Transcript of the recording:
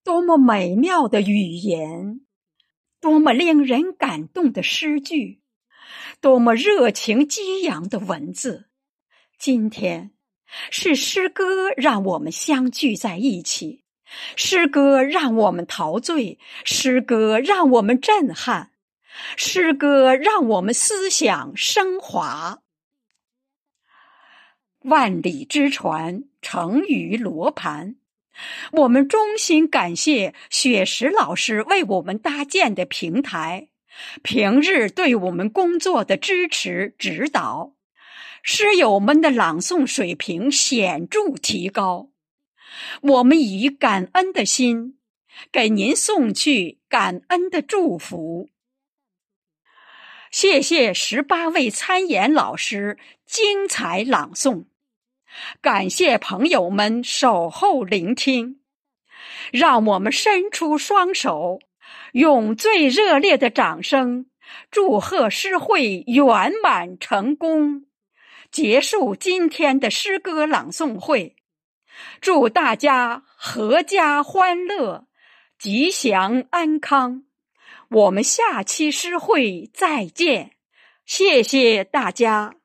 多么美妙的语言，多么令人感动的诗句，多么热情激扬的文字。今天是诗歌让我们相聚在一起，诗歌让我们陶醉，诗歌让我们震撼，诗歌让我们思想升华。万里之船成于罗盘，我们衷心感谢雪石老师为我们搭建的平台，平日对我们工作的支持指导，诗友们的朗诵水平显著提高。我们以感恩的心给您送去感恩的祝福。谢谢18位参演老师精彩朗诵，感谢朋友们守候聆听。让我们伸出双手，用最热烈的掌声祝贺诗会圆满成功，结束今天的诗歌朗诵会。祝大家阖家欢乐，吉祥安康。我们下期诗会再见，谢谢大家。